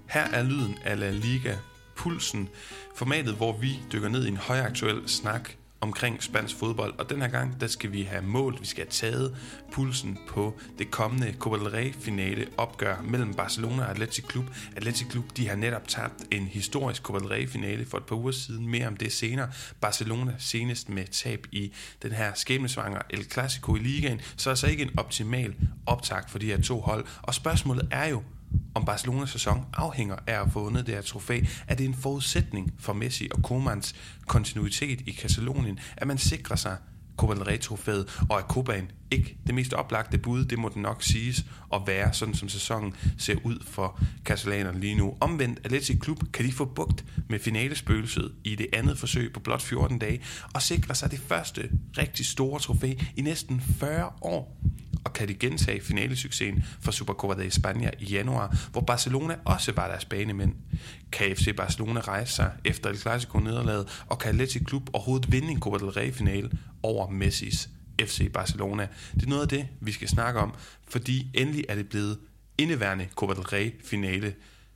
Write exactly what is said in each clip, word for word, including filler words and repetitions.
Her er lyden af La Liga Pulsen, formatet, hvor vi dykker ned i en højaktuel snak omkring spansk fodbold, og den her gang, der skal vi have målt, vi skal have taget pulsen på det kommende Copa del Rey-finale opgør mellem Barcelona og Athletic Club. Athletic Club, de har netop tabt en historisk Copa del Rey-finale for et par uger siden, mere om det senere. Barcelona senest med tab i den her skæbnesvanger El Clasico i ligaen, så altså ikke en optimal optakt for de her to hold, og spørgsmålet er jo, om Barcelonas sæson afhænger af at få vundet det her trofæ. Er det en forudsætning for Messi og Komans kontinuitet i Katalonien, at man sikrer sig Copa del Rey-trofæet, og er Copaen ikke det mest oplagte bud? Det må den nok siges at være, sådan som sæsonen ser ud for katalanerne lige nu. Omvendt, Athletic Club, kan de få bugt med finalespøgelset i det andet forsøg på blot fjorten dage, og sikre sig det første rigtig store trofæ i næsten fyrre år? Og kan de gentage finalesuccesen for Supercopa de España i januar, hvor Barcelona også var deres banemænd? Kan F C Barcelona rejse sig efter El Clasico-nederlaget, og kan Athletic Club overhovedet vinde en Copa del Rey-finale over Messis F C Barcelona? Det er noget af det, vi skal snakke om, fordi endelig er det blevet indeværende Copa del Rey-finale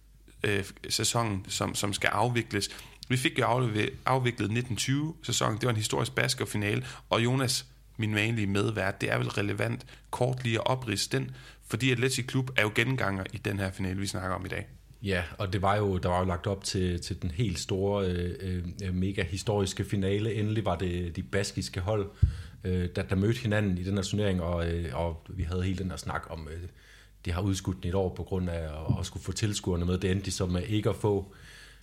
øh, sæsonen, som, som skal afvikles. Vi fik jo afviklet nitten tyve-sæsonen, det var en historisk basketballfinale, og Jonas, min vanlige medvært, det er vel relevant kort lige at opridse den, fordi Athletic Club er jo genganger i den her finale, vi snakker om i dag. Ja, og det var jo, der var jo lagt op til, til den helt store, øh, mega historiske finale. Endelig var det de baskiske hold, øh, der, der mødte hinanden i den her turnering, og, øh, og vi havde hele den her snak om, øh, de har udskudt den et år på grund af at, at skulle få tilskuerne med. Det endte de så med ikke at få.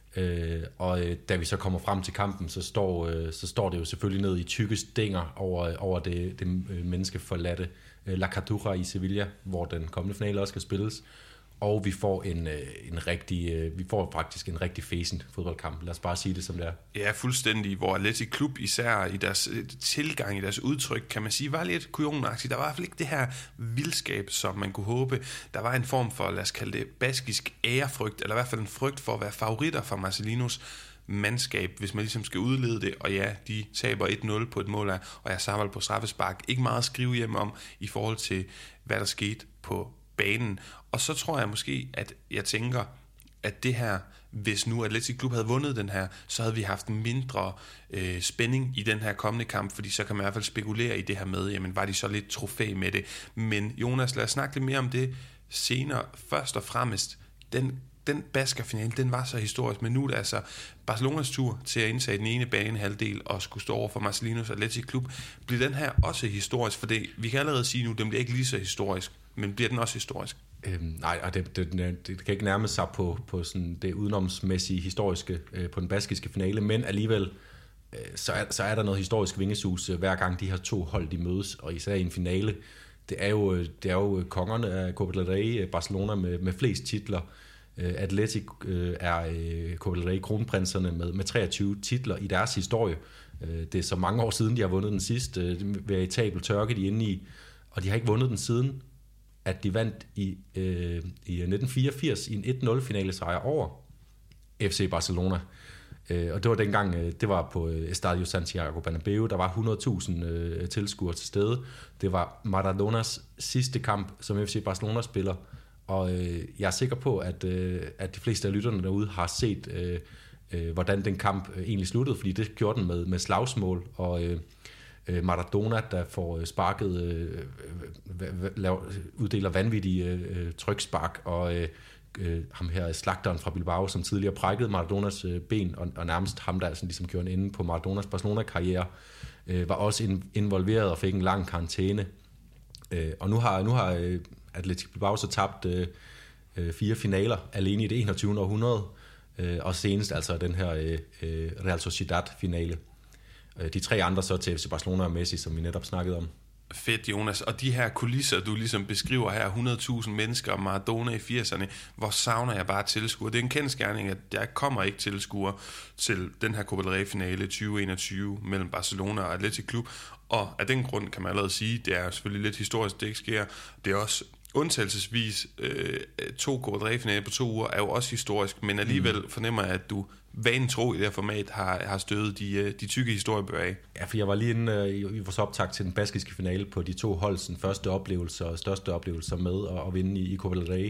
Øh, og øh, da vi så kommer frem til kampen, så står, øh, så står det jo selvfølgelig ned i tykke stænger over, over det, det øh, menneskeforladte øh, La Cartuja i Sevilla, hvor den kommende finale også skal spilles. Og vi får en, øh, en rigtig, øh, vi får faktisk en rigtig fæsent fodboldkamp. Lad os bare sige det som det er. Ja, fuldstændig. Hvor Athletic Club især i deres tilgang, i deres udtryk, kan man sige, var lidt kujonagtigt. Der var i hvert fald ikke det her vildskab, som man kunne håbe. Der var en form for, lad os kalde det, baskisk ærefrygt, eller i hvert fald en frygt for at være favoritter for Marcelinos mandskab, hvis man ligesom skal udlede det. Og ja, de taber et nul på et mål af, og jeg samler på straffespark. Ikke meget at skrive hjem om i forhold til, hvad der skete på banen. Og så tror jeg måske, at jeg tænker, at det her, hvis nu Athletic Club havde vundet den her, så havde vi haft mindre øh, spænding i den her kommende kamp, fordi så kan man i hvert fald spekulere i det her med, jamen var de så lidt trofæ med det. Men Jonas, lad os snakke lidt mere om det senere. Først og fremmest, den, den Basker-finale, den var så historisk, men nu er det altså Barcelonas tur til at indtage den ene banehalvdel og skulle stå over for Marcelinos Athletic Club. Bliver den her også historisk? For det, vi kan allerede sige nu, den bliver ikke lige så historisk, men bliver den også historisk? Øhm, nej, det, det, det, det kan ikke nærme sig på, på sådan det udenomsmæssige historiske øh, på den baskiske finale, men alligevel øh, så, er, så er der noget historisk vingesus øh, hver gang de her to hold de mødes, og især i en finale. Det er jo, det er jo kongerne af Copa del Rey, Barcelona med, med flest titler. Øh, Athletic øh, er øh, Copa del Rey kronprinserne med, med treogtyve titler i deres historie. Øh, det er så mange år siden, de har vundet den sidste. Øh, veritabel tørke de er inde i, og de har ikke vundet den siden, at de vandt i, øh, i nitten fireogfirs i en et nul finale sejr over F C Barcelona. Øh, og det var dengang, øh, det var på Estadio Santiago Bernabeu, der var hundrede tusind øh, tilskuere til stede. Det var Maradonas sidste kamp som F C Barcelona spiller, og øh, jeg er sikker på, at, øh, at de fleste af lytterne derude har set, øh, øh, hvordan den kamp øh, egentlig sluttede, fordi det gjorde den med, med slagsmål, og øh, Maradona, der får sparket, øh, uddeler vanvittige øh, trykspark, og øh, ham her slagteren fra Bilbao, som tidligere brækkede Maradonas øh, ben, og, og nærmest ham, der sådan, ligesom gjorde en ende på Maradonas Barcelona-karriere, øh, var også in, involveret og fik en lang karantæne. Øh, og nu har, nu har øh, Athletic Bilbao så tabt øh, øh, fire finaler alene i det enogtyvende århundrede, øh, og senest altså den her øh, Real Sociedad-finale. De tre andre så til F C Barcelona og Messi, som vi netop snakkede om. Fedt, Jonas. Og de her kulisser, du ligesom beskriver her, hundrede tusind mennesker og Maradona i firserne, hvor savner jeg bare tilskuere. Det er en kendsgerning, at jeg kommer ikke tilskuere til den her Copa del Rey-finale tyve enogtyve mellem Barcelona og Athletic Club. Og af den grund kan man allerede sige, det er selvfølgelig lidt historisk, det ikke sker. Det er også undtagelsesvis øh, to Copa del Rey-finaler på to uger er jo også historisk, men alligevel mm. fornemmer jeg, at du vanen tro i det her format har, har stødet de, de tykke historiebøger af. Ja, for jeg var lige inde i, i vores optakt til den baskiske finale på de to holds første oplevelser og største oplevelser med at, at vinde i, i Copa del Rey.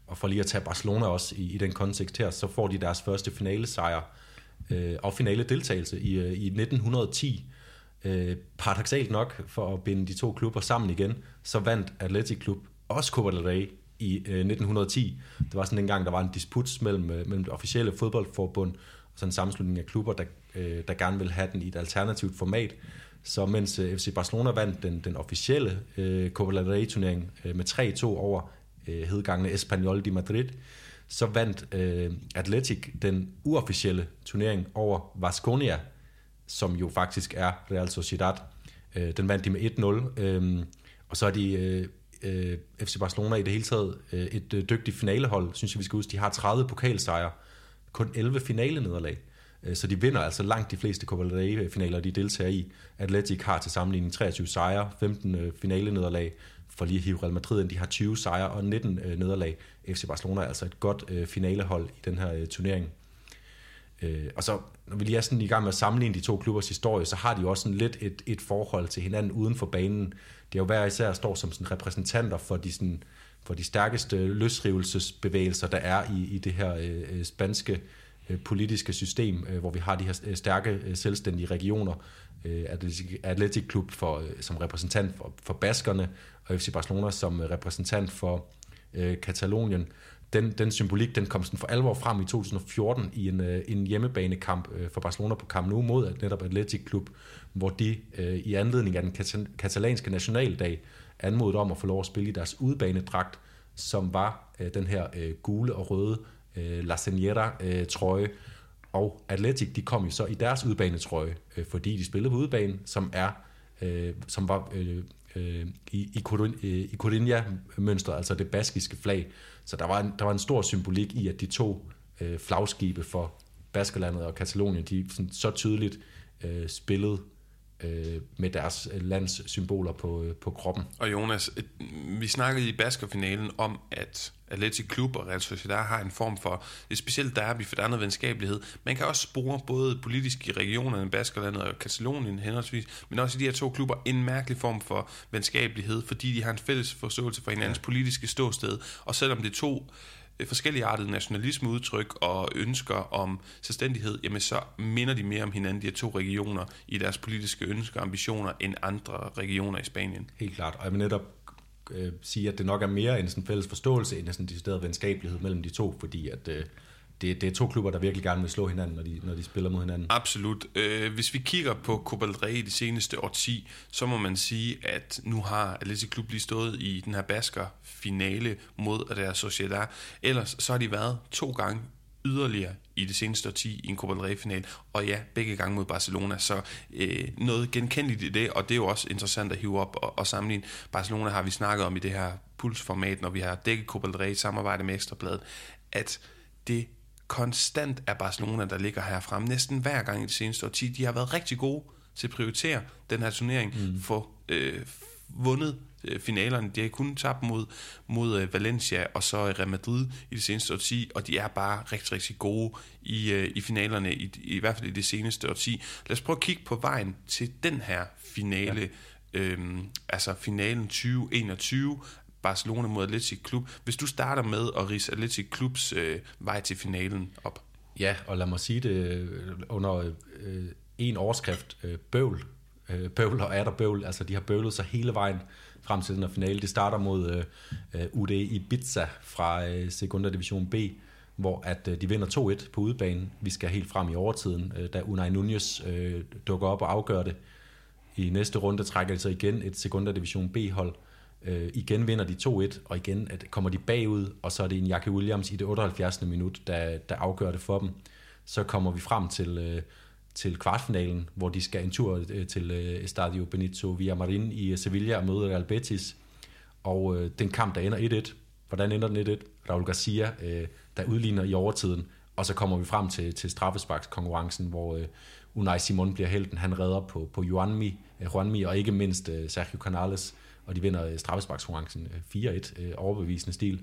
Og for lige at tage Barcelona også i, i den kontekst her, så får de deres første finalesejr øh, og finale deltagelse i, øh, i nitten ti. Øh, paradoksalt nok, for at binde de to klubber sammen igen, så vandt Athletic Club også Copa del Rey i øh, nitten ti. Det var sådan en gang, der var en disput mellem, øh, mellem det officielle fodboldforbund og sådan en sammenslutning af klubber, der, øh, der gerne ville have den i et alternativt format. Så mens øh, F C Barcelona vandt den, den officielle øh, Copa del Rey-turnering øh, med tre to over øh, hedgangene Espanyol de Madrid, så vandt øh, Athletic den uofficielle turnering over Baskonia, som jo faktisk er Real Sociedad. Øh, den vandt de med et nul, øh, og så er de øh, øh, F C Barcelona i det hele taget øh, et øh, dygtigt finalehold, synes jeg vi skal huske. De har tredive pokalsejre, kun elleve finalenederlag, øh, så de vinder altså langt de fleste Copa del Rey-finaler, de deltager i. Athletic har til sammenligning treogtyve sejre, femten øh, finalenederlag, for lige at hive Real Madrid ind, de har tyve sejre og nitten øh, nederlag. F C Barcelona er altså et godt øh, finalehold i den her øh, turnering. Øh, og så, når vi lige er sådan i gang med at sammenligne de to klubbers historie, så har de jo også sådan lidt et, et forhold til hinanden uden for banen. Det er jo hver især står som sådan repræsentanter for de, sådan, for de stærkeste løsrivelsesbevægelser, der er i, i det her øh, spanske øh, politiske system, øh, hvor vi har de her øh, stærke øh, selvstændige regioner. Øh, Athletic Club for, øh, som repræsentant for, for baskerne, og F C Barcelona som øh, repræsentant for øh, Katalonien. Den, den symbolik, den kom sådan for alvor frem i to tusind og fjorten i en, øh, en hjemmebanekamp øh, for Barcelona på Camp Nou mod netop Athletic Club, hvor de øh, i anledning af den katal- katalanske nationaldag anmodede om at få lov at spille i deres udebanedragt, som var øh, den her øh, gule og røde øh, La Señera øh, trøje. Og Athletic, de kom jo så i deres udebanetrøje, øh, fordi de spillede på udebane, som er øh, som var øh, øh, i, i, i Corinna-mønstret, altså det baskiske flag. Så der var en, der var en stor symbolik i, at de to øh, flagskibe for Baskerlandet og Katalonien, de sådan, så tydeligt øh, spillede øh, med deres lands symboler på, øh, på kroppen. Og Jonas, vi snakkede i Baskerfinalen om, at Athletic Club og Real Sociedad har en form for et specielt derby, for der er noget venskabelighed. Man kan også spore både politisk i regionerne, Baskerlandet og Katalonien henholdsvis, men også i de her to klubber en mærkelig form for venskabelighed, fordi de har en fælles forståelse for hinandens ja. politiske ståsted. Og selvom det er to forskellige artede nationalismeudtryk og ønsker om selvstændighed, jamen så minder de mere om hinanden, de her to regioner, i deres politiske ønsker og ambitioner, end andre regioner i Spanien. Helt klart, og jeg vil netop øh, sige, at det nok er mere end sådan en fælles forståelse, end sådan en decideret venskabelighed mellem de to, fordi at øh, det, det er to klubber, der virkelig gerne vil slå hinanden, når de, når de spiller mod hinanden. Absolut. Øh, hvis vi kigger på Copa del Rey i de seneste årti, så må man sige, at nu har Athletic Club lige stået i den her Basker-finale mod Real Sociedad. Ellers så har de været to gange yderligere i det seneste årti i en Copa del Rey-final, og ja, begge gange mod Barcelona, så øh, noget genkendeligt i det, og det er jo også interessant at hive op og, og sammenligne. Barcelona har vi snakket om i det her pulsformat, når vi har dækket Copa del Rey i samarbejde med Ekstrabladet, at det konstant er Barcelona, der ligger her frem. Næsten hver gang i det seneste årti. De har været rigtig gode til at prioritere den her turnering, mm. for øh, vundet øh, finalerne. De har kun tabt mod, mod øh, Valencia og så Real Madrid i det seneste årti, og de er bare rigtig, rigtig gode i, øh, i finalerne, i, i hvert fald i det seneste årti. Lad os prøve at kigge på vejen til den her finale, ja. øhm, altså finalen tyve enogtyve, Barcelona mod Athletic Club. Hvis du starter med at ridse Athletic Clubs øh, vej til finalen op. Ja, og lad mig sige det under øh, en overskrift, øh, bøvl. Øh, bøvl og er der bøvl. Altså, de har bøvlet sig hele vejen frem til den her finale. Det starter mod øh, U D Ibiza fra øh, Segunda Division B, hvor at øh, de vinder to et på udebanen. Vi skal helt frem i overtiden, øh, da Unai Núñez øh, dukker op og afgør det. I næste runde trækker de så igen et Segunda Division B-hold. Øh, igen vinder de to et, og igen at kommer de bagud, og så er det en Jackie Williams i det otteoghalvfjerdsende minut, der, der afgør det for dem. Så kommer vi frem til, øh, til kvartfinalen, hvor de skal en tur øh, til øh, Estadio Benito Villamarin i Sevilla og møde Real Betis. Og øh, den kamp, der ender et et. Hvordan ender den et et? Raúl Garcia, øh, der udligner i overtiden. Og så kommer vi frem til, til straffesparkskonkurrencen, hvor øh, Unai Simon bliver helten. Han redder på, på Juanmi, øh, Juanmi, og ikke mindst øh, Sergio Canales, og de vinder straffesparkskonkurrencen fire et, øh, overbevisende stil.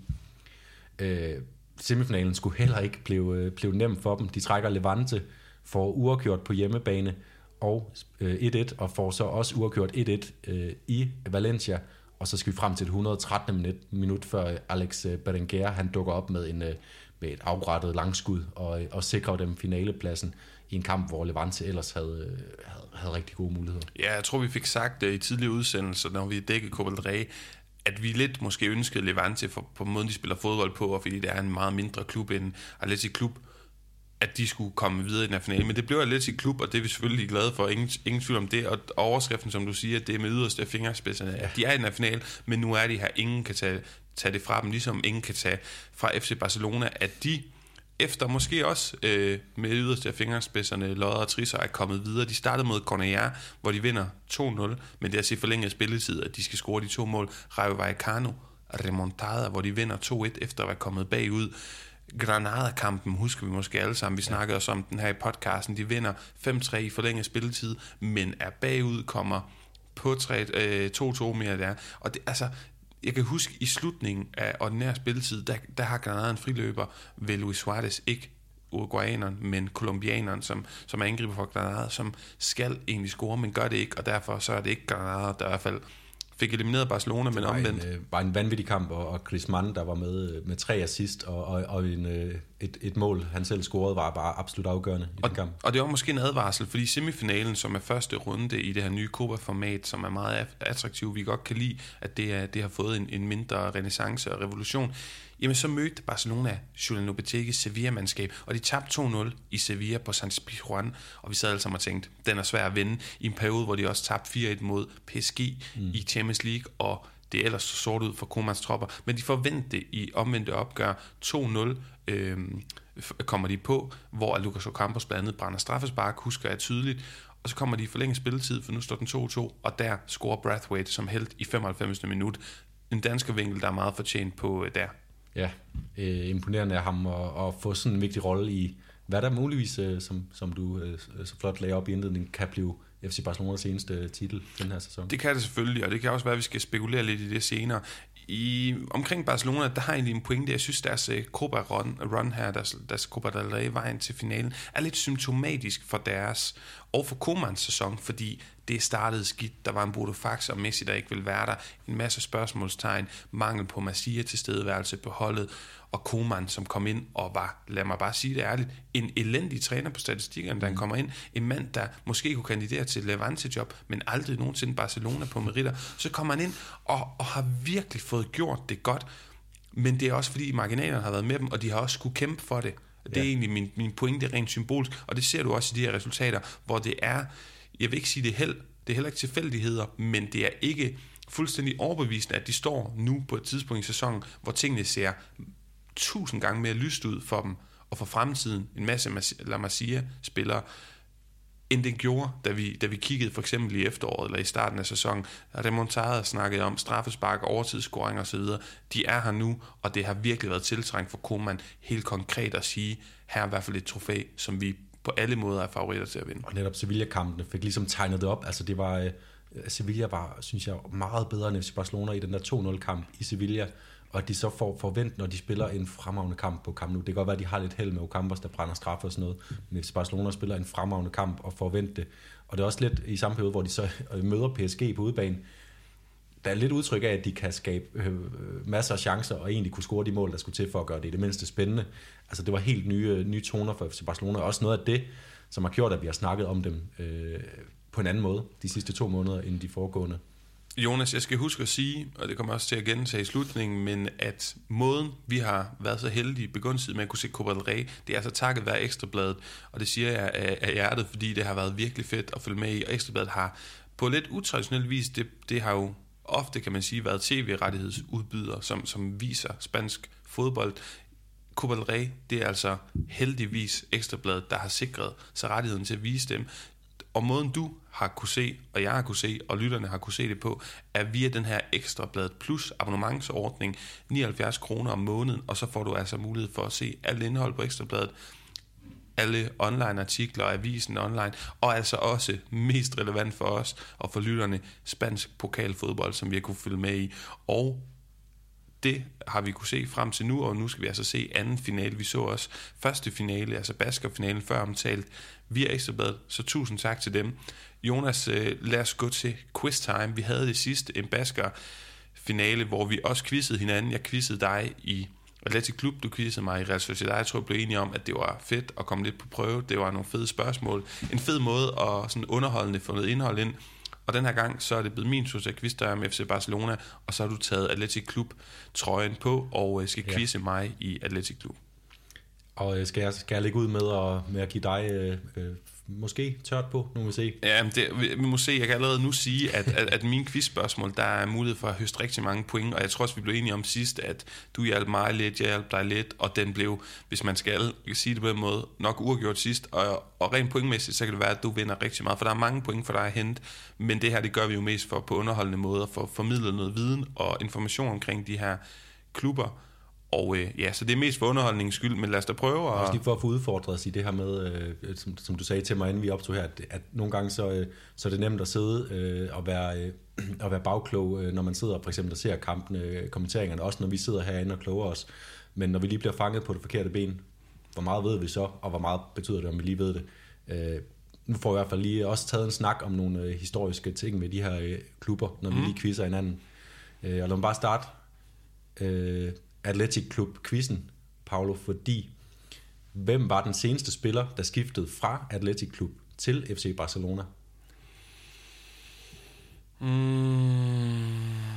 Øh, semifinalen skulle heller ikke blive, blive nem for dem. De trækker Levante, får uafgjort på hjemmebane og øh, et et, og får så også uafgjort et et øh, i Valencia, og så skal vi frem til et et hundrede og tretten minut, minut før Alex Berenguer, han dukker op med, en, med et afrettet langskud og, og sikrer dem finalepladsen i en kamp, hvor Levante ellers havde, havde, havde rigtig gode muligheder. Ja, jeg tror, vi fik sagt uh, i tidligere udsendelser, når vi dækkede Copa del Rey, at vi lidt måske ønskede Levante for, på måden, de spiller fodbold på, og fordi det er en meget mindre klub end Athletic Klub, at de skulle komme videre i den her finale. Men det blev Athletic Klub, og det er vi selvfølgelig glade for. Ingen, ingen tvivl om det. Og overskriften, som du siger, det er med yderste af fingerspidserne. Ja. De er i den her finale, men nu er de her. Ingen kan tage, tage det fra dem, ligesom ingen kan tage fra F C Barcelona, at de efter måske også øh, med yderste af fingerspidserne, Lodder og Trisser er kommet videre. De startede mod Cornellà, hvor de vinder to nul, men det er altså forlænget spilletid, at de skal score de to mål. Rayo Vallecano remontada, hvor de vinder to et efter at være kommet bagud. Granada-kampen husker vi måske alle sammen. Vi snakkede også om den her i podcasten. De vinder fem tre i forlænget spilletid, men er bagud, kommer på to to mere der. Og det, altså, jeg kan huske i slutningen af ordinær spilletid, der, der har Granada en friløber ved Luis Suarez, ikke uruguayaneren, men kolumbianeren, som, som er angriber for Granada, som skal egentlig score, men gør det ikke, og derfor så er det ikke Granada, der i hvert fald fik elimineret Barcelona, men omvendt. Det var en vanvittig kamp, og Griezmann, der var med med tre assist, og, og, og en, et, et mål, han selv scorede, var bare absolut afgørende i og, den kamp. Og det var måske en advarsel, fordi semifinalen, som er første runde i det her nye Copa-format, som er meget attraktiv, vi godt kan lide, at det, er, det har fået en, en mindre renaissance og revolution, jamen så mødte Barcelona Julian Lopetegis Sevilla-mandskab, og de tabte to nul i Sevilla på San Pizjuan, og vi sad alle sammen og tænkte, den er svær at vinde i en periode, hvor de også tabte fire et mod P S G mm. i Champions League, og det er ellers så sort ud for Komans tropper, men de forventede i omvendte opgør to nul øh, kommer de på, hvor Lucas Ocampos blandt andet brænder straffespark, husker jeg tydeligt, og så kommer de i forlænget spilletid, for nu står den to to, og der scorer Braithwaite som helt i femoghalvfemsende minut. En dansker vinkel, der er meget fortjent på der. Ja, øh, imponerende af ham at, at få sådan en vigtig rolle i, hvad der muligvis, øh, som, som du øh, så flot lagde op i indledningen, kan blive F C Barcelonas seneste titel den her sæson. Det kan det selvfølgelig, og det kan også være, at vi skal spekulere lidt i det senere. I, omkring Barcelona, der har jeg egentlig en pointe. Jeg synes, deres uh, Copa run, run her, deres, deres Copa del Rey, vejen til finalen, er lidt symptomatisk for deres og for Komans sæson, fordi det startede skidt. Der var en Bodo Fax og Messi, der ikke ville være der. En masse spørgsmålstegn, mangel på Masia tilstedeværelse på holdet, og Koeman, som kom ind og var, lad mig bare sige det ærligt, en elendig træner på statistikkerne, da han kommer ind. En mand, der måske kunne kandidere til Levante-job, men aldrig nogensinde Barcelona på meritter. Så kommer han ind og, og har virkelig fået gjort det godt, men det er også fordi marginalerne har været med dem, og de har også skulle kæmpe for det. Det er ja. egentlig min, min pointe rent symbolsk, og det ser du også i de her resultater, hvor det er, jeg vil ikke sige det held, det er heller ikke tilfældigheder, men det er ikke fuldstændig overbevisende, at de står nu på et tidspunkt i sæsonen, hvor tingene ser tusind gange mere lyst ud for dem, og for fremtiden en masse La Masia-spillere, end det gjorde, da vi, da vi kiggede for eksempel i efteråret eller i starten af sæsonen. Remontada snakkede om straffespark, overtidsscoring osv. De er her nu, og det har virkelig været tiltrængt for Koeman helt konkret at sige, her er i hvert fald et trofæ, som vi på alle måder er favoritter til at vinde. Og netop Sevilla-kampene fik ligesom tegnet det op. Altså det var, uh, Sevilla var, synes jeg, meget bedre end F C Barcelona i den der to nul-kamp i Sevilla, og at de så får forvent, når de spiller en fremragende kamp på Camp Nou. Det kan godt være, at de har lidt held med Ocampos, der brænder straffe og sådan noget, men F C Barcelona spiller en fremragende kamp og forvent det. Og det er også lidt i samme periode, hvor de så møder P S G på udebane. Der er lidt udtryk af, at de kan skabe øh, masser af chancer og egentlig kunne score de mål, der skulle til for at gøre det i det mindste spændende. Altså det var helt nye, nye toner for F C Barcelona, og også noget af det, som har gjort, at vi har snakket om dem øh, på en anden måde de sidste to måneder end de foregående. Jonas, jeg skal huske at sige, og det kommer også til at gentage i slutningen, men at måden, vi har været så heldige begunstiget med at kunne se Copa del Rey, det er altså takket være Ekstrabladet, og det siger jeg af, af hjertet, fordi det har været virkelig fedt at følge med i, og Ekstrabladet har på lidt utraditionel vis, det, det har jo ofte, kan man sige, været tv-rettighedsudbyder, som, som viser spansk fodbold. Copa del Rey, det er altså heldigvis Ekstrabladet, der har sikret sig rettigheden til at vise dem. Og måden du har kunne se, og jeg har kunne se, og lytterne har kunne se det på, er via den her Ekstrabladet Plus abonnementsordning, nioghalvfjerds kroner om måneden, og så får du altså mulighed for at se alt indhold på Ekstrabladet, alle online artikler, avisen online, og altså også mest relevant for os og for lytterne, spansk pokalfodbold, som vi har kunne følge med i. Og det har vi kunne se frem til nu, og nu skal vi altså se anden finale. Vi så også første finale, altså Basker-finalen før omtalt, via Ekstrabladet, så tusind tak til dem. Jonas, lad os gå til quiz time. Vi havde det sidste, en Basker finale, hvor vi også quizzede hinanden. Jeg quizzede dig i Athletic Club, du quizzede mig i Real Sociedad. Jeg tror, jeg blev enige om, at det var fedt at komme lidt på prøve. Det var nogle fede spørgsmål. En fed måde at sådan underholdende få noget indhold ind. Og den her gang, så er det blevet min tur til at quizze dig med F C Barcelona, og så har du taget Athletic Club trøjen på, og skal quizze ja. mig i Athletic Club. Og skal jeg, skal jeg lægge ud med at, med at give dig øh, øh, måske tørt på? Nu må vi se. Ja, det, vi, vi må se. Jeg kan allerede nu sige, at, at, at mine quizspørgsmål, der er mulighed for at høste rigtig mange point, og jeg tror også, vi blev enige om sidst, at du hjalp mig lidt, jeg hjalp dig lidt, og den blev, hvis man skal sige det på den måde, nok uafgjort sidst, og, og rent pointmæssigt, så kan det være, at du vinder rigtig meget, for der er mange point for dig at hente, men det her, det gør vi jo mest for på underholdende måder, for at formidle noget viden og information omkring de her klubber. Og øh, ja, så det er mest for underholdningens skyld, men lad os da prøve. Og også lige for at få udfordret os i det her med, øh, som, som du sagde til mig, inden vi optog her, at, at nogle gange så, øh, så er det nemt at sidde øh, og være, øh, og være bagklog, øh, når man sidder for eksempel og ser kampene, øh, kommenteringerne, også når vi sidder herinde og kloger os. Men når vi lige bliver fanget på det forkerte ben, hvor meget ved vi så, og hvor meget betyder det, om vi lige ved det? Øh, nu får vi i hvert fald lige også taget en snak om nogle øh, historiske ting med de her øh, klubber, når mm. vi lige quizzer hinanden. Øh, og lad mig bare starte. Øh, Athletic Club-quizzen, Paolo, fordi hvem var den seneste spiller, der skiftede fra Athletic Club til F C Barcelona? Mm.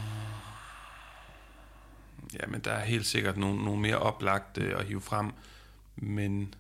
Jamen, der er helt sikkert nogle, nogle mere oplagte at hive frem, men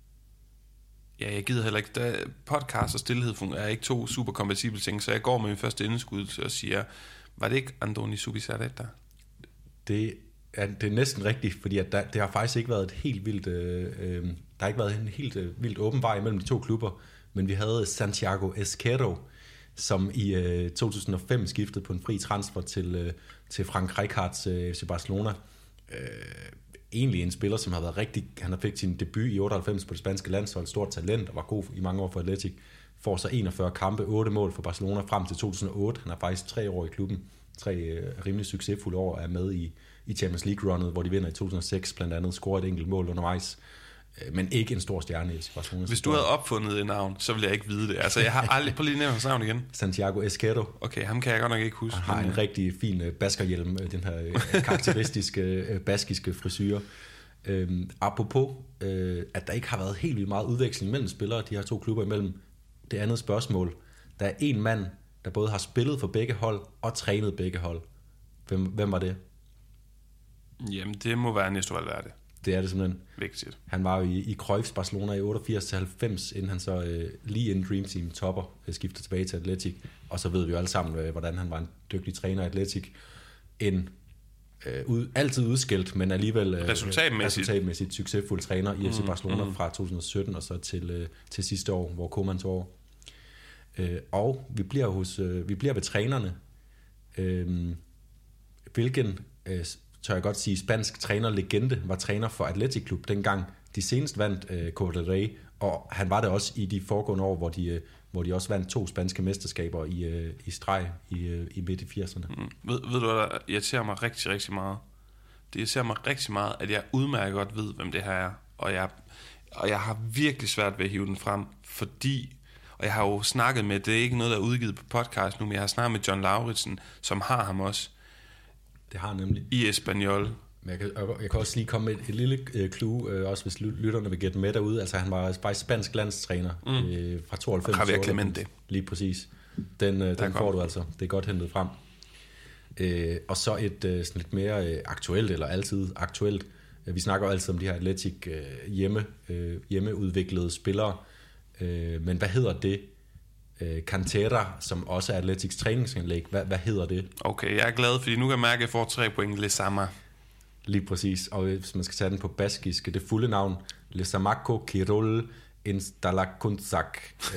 ja, jeg gider heller ikke. Der, podcast og stillhed er ikke to super kompatible ting, så jeg går med min første indskud og siger, var det ikke Andoni Zubizarreta? Det Ja, det er næsten rigtigt, fordi at der, det har faktisk ikke været et helt vildt, øh, øh, der har ikke været en helt øh, vildt åben vej mellem de to klubber, men vi havde Santiago Esquerro, som i øh, to tusind og fem skiftede på en fri transfer til, øh, til Frank Rijkaards øh, F C Barcelona. Øh, egentlig en spiller, som har været rigtig, han har fik sin debut i otteoghalvfems på det spanske landshold, stort talent og var god i mange år for Athletic, får så enogfyrre kampe, otte mål for Barcelona frem til to tusind og otte. Han har faktisk tre år i klubben, tre øh, rimelig succesfulde år, er med i i Champions League-runnet, hvor de vinder i to tusind og seks, blandt andet scorer et enkelt mål undervejs, men ikke en stor stjerne i Barcelona. Hvis du havde opfundet et navn, så ville jeg ikke vide det. Altså, jeg har aldrig... Prøv lige at nævne hans navn igen. Santiago Esquerro. Okay, ham kan jeg godt nok ikke huske. Han har en rigtig fin baskerhjelm, den her karakteristiske baskiske frisyre. Øhm, apropos, øh, at der ikke har været helt vildt meget udveksling mellem spillere, de her to klubber imellem. Det andet spørgsmål. Der er en mand, der både har spillet for begge hold og trænet begge hold. Hvem, hvem var det? Jamen, det må være Ernesto Valverde. Det er det simpelthen. Vigtigt. Han var jo i, i Cruyffs Barcelona i otteogfirs til halvfems, inden han så øh, lige inden Dream Team topper, øh, skifter tilbage til Athletic. Og så ved vi jo alle sammen, øh, hvordan han var en dygtig træner i Athletic. En øh, ud, altid udskilt, men alligevel øh, resultatmæssigt. resultatmæssigt succesfuld træner i F C mm, Barcelona mm. fra to tusind og sytten og så til, øh, til sidste år, hvor Koeman tog over. Øh, og vi bliver, hos, øh, vi bliver ved trænerne. Øh, hvilken... Øh, tør jeg godt sige, spansk trænerlegende var træner for Athletic Club dengang de senest vandt øh, Copa del Rey, og han var det også i de foregående år, hvor de, øh, hvor de også vandt to spanske mesterskaber i, øh, i streg i, øh, i midt i firserne. Mm. Ved, ved du hvad, der irriterer mig rigtig, rigtig meget? Det irriterer mig rigtig meget, at jeg udmærket godt ved, hvem det her er, og jeg, og jeg har virkelig svært ved at hive den frem, fordi, og jeg har jo snakket med, det er ikke noget, der er udgivet på podcast nu, men jeg har snakket med John Lauritsen, som har ham også. Det har nemlig. I Espanyol. Men jeg kan, jeg kan også lige komme med et, et lille øh, clue, øh, også hvis lytterne vil gætte med derude. Altså han var faktisk spansk landstræner mm. øh, fra tooghalvfems. Javier Clemente. Lige præcis. Den, øh, den får du altså. Det er godt hentet frem. Øh, og så et øh, sådan lidt mere øh, aktuelt, eller altid aktuelt. Vi snakker jo altid om de her Athletic øh, hjemme, øh, hjemmeudviklede spillere. Øh, men hvad hedder det? Cantera, som også er Atletics træningsanlæg. Hvad, hvad hedder det? Okay, jeg er glad, fordi nu kan jeg mærke, at jeg får tre point. Lezama. Lige præcis. Og hvis man skal tage den på baskisk, det fulde navn, Lezamaco Quirol Instalakuntzak.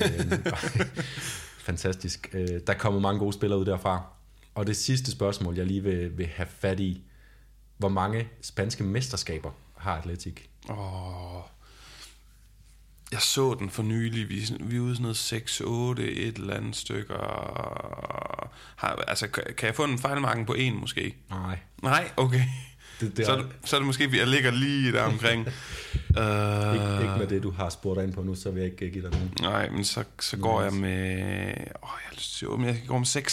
Fantastisk. Der kommer mange gode spillere ud derfra. Og det sidste spørgsmål, jeg lige vil, vil have fat i. Hvor mange spanske mesterskaber har Athletic? Åh... Oh. Jeg så den for nylig. Vi, vi er ude sådan noget seks otte, et eller andet stykker. Har, altså, kan jeg få en fejlmarken på en måske? Nej. Nej? Okay. Det, det så, er det, så er det måske, at jeg ligger lige der omkring. uh, ikke, ikke med det, du har spurgt ind på nu, så vil jeg ikke give dig nogen. Nej, men så, så går jeg med... Åh, oh, jeg har lyst til at men jeg går med seks.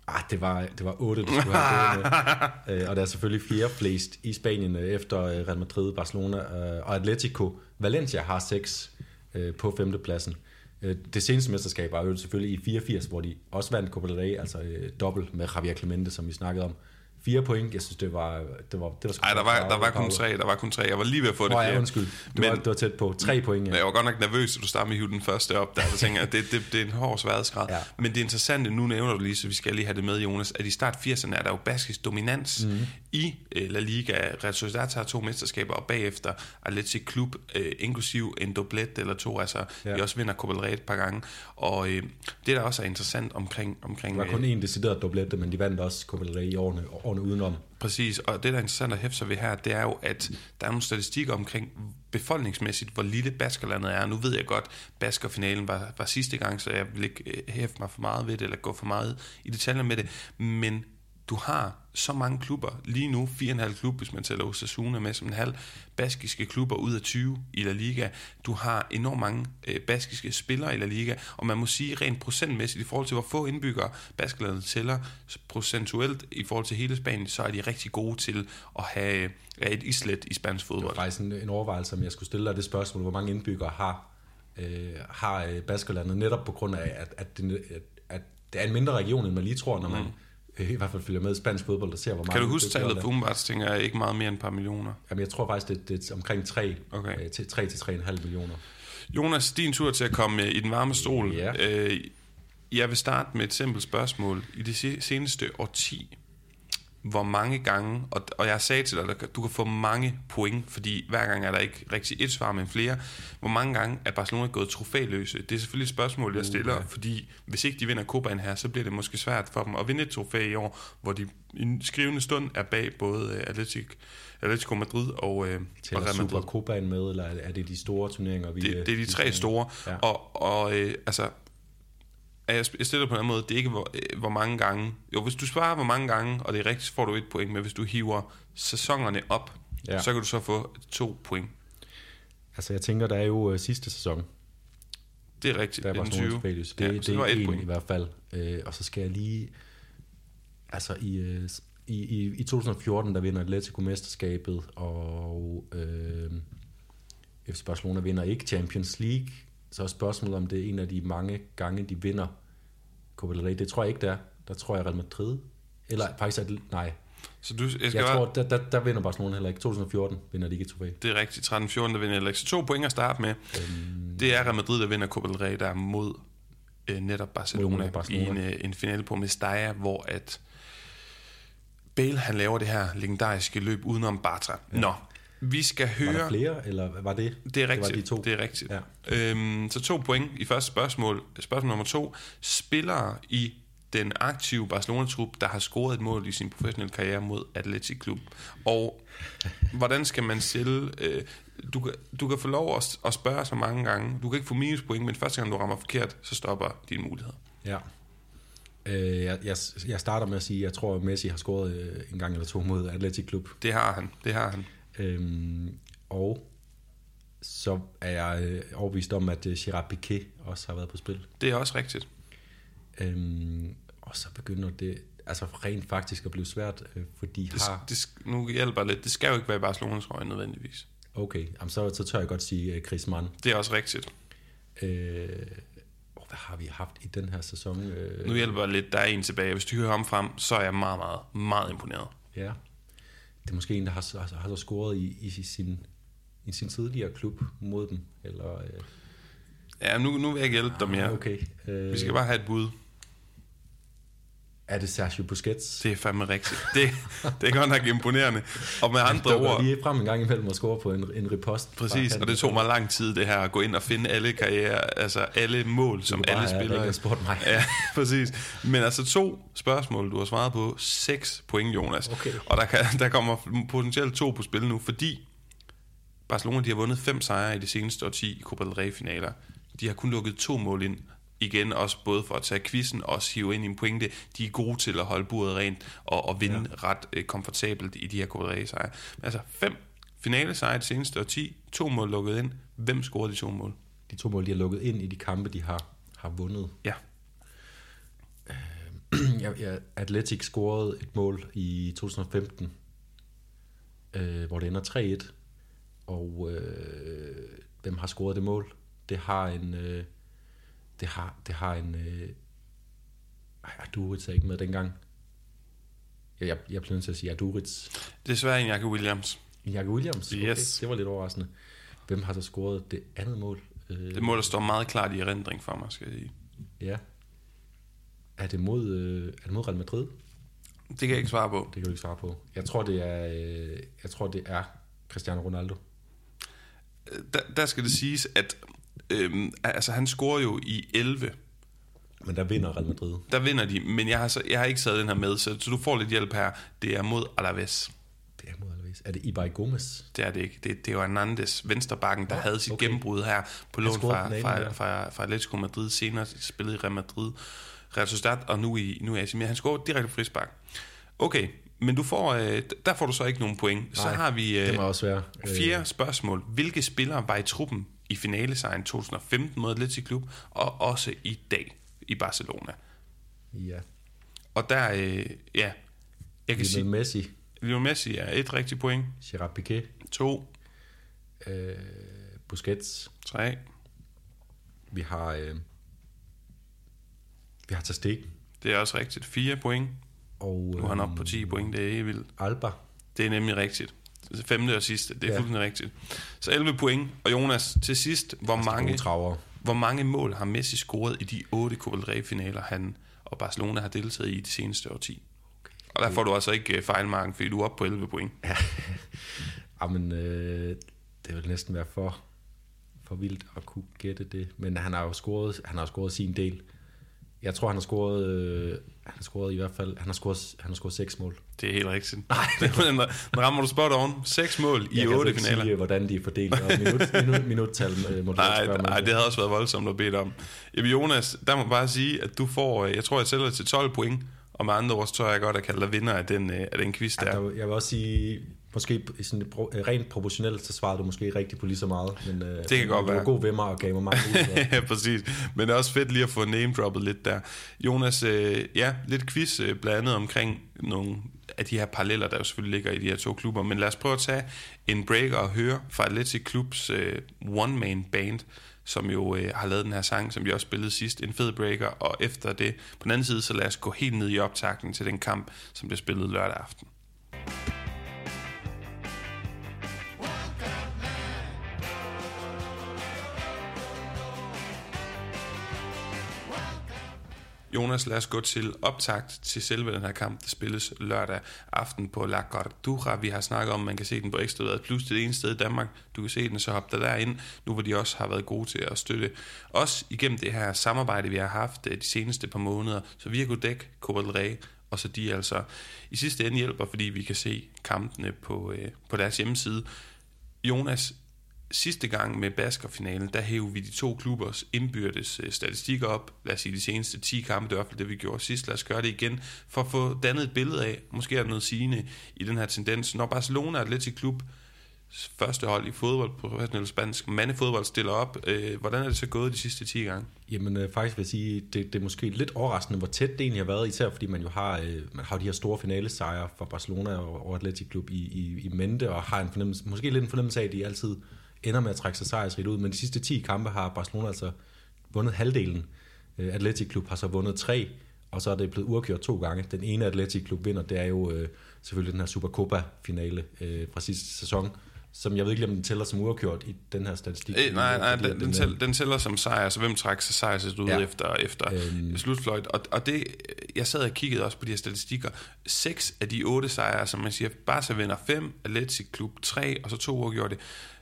Ah, det var, det var otte, du skulle have gået med. Og der er selvfølgelig fjerde flest i Spanien efter Real Madrid, Barcelona og Atletico. Valencia har seks på femtepladsen. Det seneste mesterskab var jo selvfølgelig i fireogfirs, hvor de også vandt Copa del Rey, altså dobbelt med Javier Clemente, som vi snakkede om. Fire point, jeg synes, det var... Det var, det var Ej, der var, der var kun tre, der var kun tre. Jeg var lige ved at få det fjerde. Undskyld, du, men, var, du var tæt på. Tre point, ja. Jeg var godt nok nervøs, at du startede med at hive den første op, der. Jeg tænker, at det, det, det er en hård sværhedsgrad. Ja. Men det interessante, nu nævner du lige, så vi skal lige have det med, Jonas, at i start firserne er der jo baskisk dominans mm-hmm. i La Liga. Real Sociedad tager to mesterskaber, og bagefter Athletic Club, øh, inklusiv en doblet eller to, altså ja. De også vinder Copa del Rey et par gange. Og øh, det, der også er interessant omkring... omkring der var kun øh, en decideret doblette, men de vandt også Copa del Rey i årene, årene udenom. Præcis, og det, der er interessant at hæfte sig ved her, det er jo, at der er nogle statistikker omkring befolkningsmæssigt, hvor lille Baskerlandet er. Nu ved jeg godt, Baskerfinalen var, var sidste gang, så jeg vil ikke hæfte mig for meget ved det, eller gå for meget i detaljer med det, men du har så mange klubber, lige nu fire komma fem klub, hvis man tæller Osasuna med som en halv, baskiske klubber ud af tyve i La Liga. Du har enormt mange øh, baskiske spillere i La Liga, og man må sige rent procentmæssigt, i forhold til hvor få indbyggere Baskerlandet tæller procentuelt i forhold til hele Spanien, så er de rigtig gode til at have øh, et islet i spansk fodbold. Det var faktisk en, en overvejelse, om jeg skulle stille dig det spørgsmål, hvor mange indbyggere har, øh, har øh, Baskerlandet, netop på grund af, at, at, det, at, at det er en mindre region, end man lige tror, når man mm. i hvert fald følger med i spansk fodbold, der ser, hvor meget... Kan du huske tallet for umiddelbart, tænker jeg, ikke meget mere end et par millioner? Jamen, jeg tror faktisk, det, det er omkring tre, okay. øh, til tre til tre komma fem millioner. Jonas, din tur til at komme i den varme stol. Ja. Øh, jeg vil starte med et simpelt spørgsmål. I det seneste årti, hvor mange gange, og, og jeg sagde til dig, at du kan få mange point, fordi hver gang er der ikke rigtig et svar, men flere. Hvor mange gange er Barcelona gået trofæløse? Det er selvfølgelig et spørgsmål, jeg stiller, uh, ja. Fordi hvis ikke de vinder Copaen her, så bliver det måske svært for dem at vinde et trofæ i år, hvor de i en skrivende stund er bag både Atletic, Atletico Madrid og, og Real Madrid. Super Copaen med, eller er det de store turneringer? Vi, det, det er de tre store, ja. og, og øh, altså... Jeg stiller på en anden måde, det er ikke hvor, hvor mange gange. Jo, hvis du svarer hvor mange gange, og det er rigtigt, så får du et point, men hvis du hiver sæsonerne op, ja. Så kan du så få to point. Altså jeg tænker, der er jo uh, sidste sæson. Det er rigtigt, der er nitten tyve. Det, ja, det, det er et point i hvert fald. Uh, og så skal jeg lige... Altså i, uh, i, i, i to tusind og fjorten, der vinder Atletico mesterskabet, og uh, F C Barcelona vinder ikke Champions League. Så er spørgsmålet, om det er en af de mange gange, de vinder Copa del Rey. Det tror jeg ikke, der. Der tror jeg Real Madrid. Eller faktisk, at, nej. Så du, jeg skal jeg være... tror, der, der, der vinder Barcelona heller ikke. to tusind og fjorten vinder de ikke et trofæ. Det er rigtigt. tretten fjorten, der vinder heller ikke. Så to point at starte med. Øhm... Det er Real Madrid, der vinder Copa del Rey, der er mod øh, netop Barcelona, mod Barcelona. I en, øh, en finale på Mestalla, hvor at Bale, han laver det her legendariske løb udenom Bartra. Ja. Nå. Vi skal høre... Var der flere, eller var det? Det er rigtigt. Det var de to. Det er rigtigt. Ja. Øhm, så to point i første spørgsmål. Spørgsmål nummer to. Spillere i den aktive Barcelona-trup, der har scoret et mål i sin professionelle karriere mod Athletic Club. Og hvordan skal man stille... Øh, du, kan, du kan få lov at, at spørge så mange gange. Du kan ikke få minuspoint, men første gang du rammer forkert, så stopper dine muligheder. Ja. Øh, jeg, jeg, jeg starter med at sige, at jeg tror, at Messi har scoret en gang eller to mod Athletic Club. Det har han. Det har han. Øhm, og så er jeg øh, overbevist om, at øh, Gerard Piqué også har været på spil. Det er også rigtigt. Øhm, og så begynder det altså rent faktisk at blive svært, øh, fordi det, har... Det, nu hjælper lidt. Det skal jo ikke være Barcelonas røg nødvendigvis. Okay, jamen så, så tør jeg godt sige uh, Griezmann. Det er også rigtigt. Øh, og hvad har vi haft i den her sæson? Øh, nu hjælper lidt. Der er en tilbage. Hvis du hører ham frem, så er jeg meget, meget, meget imponeret. Ja. Det er måske en, der har, har, har så scoret i, i, sin, i sin tidligere klub mod dem. Eller, øh... Ja, nu, nu vil jeg ikke hjælpe dig mere. Okay. Øh... Vi skal bare have et bud. Er det Sergio Busquets? Det er fandme rigtigt. Det, det er godt nok imponerende. Og med andre ord... Han lige frem en gang imellem og score på en, en ripost. Præcis, og det tog mig lang tid det her, at gå ind og finde alle karriere, altså alle mål, som alle spillere. Det spurgt mig. Ja, præcis. Men altså to spørgsmål, du har svaret på. Seks point, Jonas. Okay. Og der, kan, der kommer potentielt to på spil nu, fordi Barcelona, de har vundet fem sejre i de seneste årti i Copa del Rey-finaler. De har kun lukket to mål ind. Igen også både for at tage quizzen og også hive ind i en pointe. De er gode til at holde buret rent og, og vinde ja. ret øh, komfortabelt i de her Copa del Rey-sejre. Men altså fem finalesejre de seneste årti, to mål lukket ind. Hvem scorede de to mål? De to mål, de har lukket ind i de kampe, de har, har vundet. Ja. Øh, ja, ja, Atletic scorede et mål i to tusind og femten, øh, hvor det ender tre et. Og øh, hvem har scoret det mål? Det har en... Øh, det har, det har en... Øh, ej, Aduriz er ikke med dengang. Jeg, jeg, jeg bliver nødt til at sige Aduriz. Desværre en Jakob Williams. En Jakob Williams? Okay, Yes. det var lidt overraskende. Hvem har så scoret det andet mål? Øh, Det mål, der står meget klart i erindring for mig, skal jeg sige. Ja. Er det mod, øh, er det mod Real Madrid? Det kan jeg ikke svare på. Det kan du ikke svare på. Jeg tror, det er, øh, jeg tror, det er Cristiano Ronaldo. Der, der skal det siges, at øhm, altså, han scorer jo i elleve. Men der vinder Real Madrid. Der vinder de, men jeg har, så, jeg har ikke taget den her med, så, så du får lidt hjælp her. Det er mod Alaves. Det er mod Alaves. Er det Ibai Gomez? Det er det ikke. Det, det er jo Hernandez, venstrebakken, der ja, havde sit okay. gennembrud her på lån fra, fra, fra, fra Atletico Madrid. Senere spillede i Real Madrid, Real Sociedad, og nu i, nu i A C Milan. Han scorede direkte frispark. Okay, men du får, øh, der får du så ikke nogen point. Nej, så har vi øh, det må også være. fjerde spørgsmål. Hvilke spillere var i truppen i finalesejren to tusind og femten mod Athletic Club, og også i dag i Barcelona? Ja. Og der, øh, ja, jeg kan Lionel sige... Messi. Lionel Messi er et rigtigt point. Gerard Piqué. To. Øh, Busquets. Tre. Vi har... Øh, vi har Ter Stegen. Det er også rigtigt. Fire point. Og, nu er han oppe på ti point, det er helt vildt. Alba. Det er nemlig rigtigt. Femte og sidste, det er ja. fuldstændig rigtigt. Så elleve point. Og Jonas, til sidst, hvor mange, hvor mange mål har Messi scoret i de otte Copa del Rey-finaler, han og Barcelona har deltaget i de seneste årti? Okay. Og der får du altså ikke fejlmarken, fordi du er oppe på elleve point. Ja, Jamen, øh, det vil næsten være for, for vildt at kunne gætte det. Men han har jo scoret, han har scoret sin del. Jeg tror, han har scoret, øh, han har scoret i hvert fald, han har scoret, han har scoret seks mål. Det er helt rigtigt. Nej, den rammer du spot on. Seks mål i otte finaler. Jeg kan sige, hvordan de er fordelt. Og minut, minut, minuttal øh, må du nej, nej, det havde også været voldsomt at bede om. Jamen Jonas, der må bare sige, at du får, jeg tror, jeg sælger til tolv point. Og med andre ord, så tror jeg godt at kalde dig vinder af den, af den quiz der. Ja, der. Jeg vil også sige, måske sådan rent proportionelt, så svarede du måske rigtigt på lige så meget. Men, det kan godt være. Du var god ved mig og gav mig mange muligheder. Ja, præcis. Men det er også fedt lige at få name-droppet lidt der. Jonas, øh, ja, lidt quiz øh, blandt andet omkring nogle af de her paralleller, der jo selvfølgelig ligger i de her to klubber. Men lad os prøve at tage en break og høre fra Athletic Clubs øh, one-man-band, som jo øh, har lavet den her sang, som vi også spillede sidst, en fed breaker, og efter det, på den anden side, så lad os gå helt ned i optakten til den kamp, som blev spillet lørdag aften. Jonas, lad os gå til optakt til selve den her kamp, der spilles lørdag aften på La Cordura. Vi har snakket om, man kan se den på Ekstrabladet Plus, det er det ene sted i Danmark. Du kan se den, så hop der derind, nu hvor de også har været gode til at støtte os igennem det her samarbejde, vi har haft de seneste par måneder. Så vi har kunnet dække Copa del Rey, og så de altså i sidste ende hjælper, fordi vi kan se kampene på, øh, på deres hjemmeside. Jonas, sidste gang med Basker-finalen, der hævde vi de to klubbers indbyrdes statistikker op. Lad os sige de seneste ti kampe, det er i hvert fald det, vi gjorde sidst. Lad os gøre det igen, for at få dannet et billede af, måske er der noget sigende i den her tendens. Når Barcelona Athletic Club, første hold i fodbold, professionel spansk mandefodbold, stiller op, øh, hvordan er det så gået de sidste ti gange? Jamen øh, faktisk vil jeg sige, det, det er måske lidt overraskende, hvor tæt det egentlig har været, især fordi man jo har, øh, man har de her store finalesejre for Barcelona og, og Athletic Club i, i, i mente, og har en fornemmelse, måske lidt en fornemmelse af, at de altid ender med at trække sig sejrsrigt ud, men de sidste ti kampe har Barcelona altså vundet halvdelen. Uh, Athletic Club har så vundet tre, og så er det blevet uafgjort to gange. Den ene Athletic Club vinder, det er jo uh, selvfølgelig den her Supercopa-finale uh, fra sidste sæson, som jeg ved ikke, om den tæller som uafgjort i den her statistik. Øh, nej, nej, den, den, den, tæller, den tæller som sejr, så hvem trækker sig sejrsrigt ud ja. efter, efter øhm. slutfløjt. Og, og det, jeg sad og kiggede også på de her statistikker. Seks af de otte sejre, som man siger, Barca vinder fem, Athletic Club tre, og så to uafgjorte.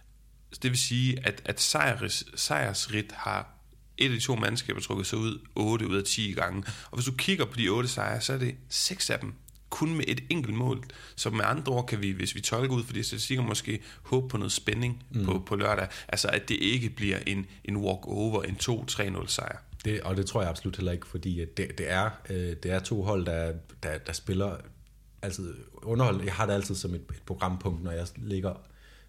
Det vil sige, at, at sejrs, sejrsrigt har et af de to mandskaber trukket sig ud otte ud af ti gange. Og hvis du kigger på de otte sejre, så er det seks af dem kun med et enkelt mål. Så med andre ord kan vi, hvis vi tolker ud for de statistikker, måske håbe på noget spænding mm. på, på lørdag. Altså at det ikke bliver en, en walk-over, en to tre nul sejr. Det, og det tror jeg absolut heller ikke, fordi det, det, er, det er to hold, der, der, der spiller altid underhold. Jeg har det altid som et, et programpunkt, når jeg ligger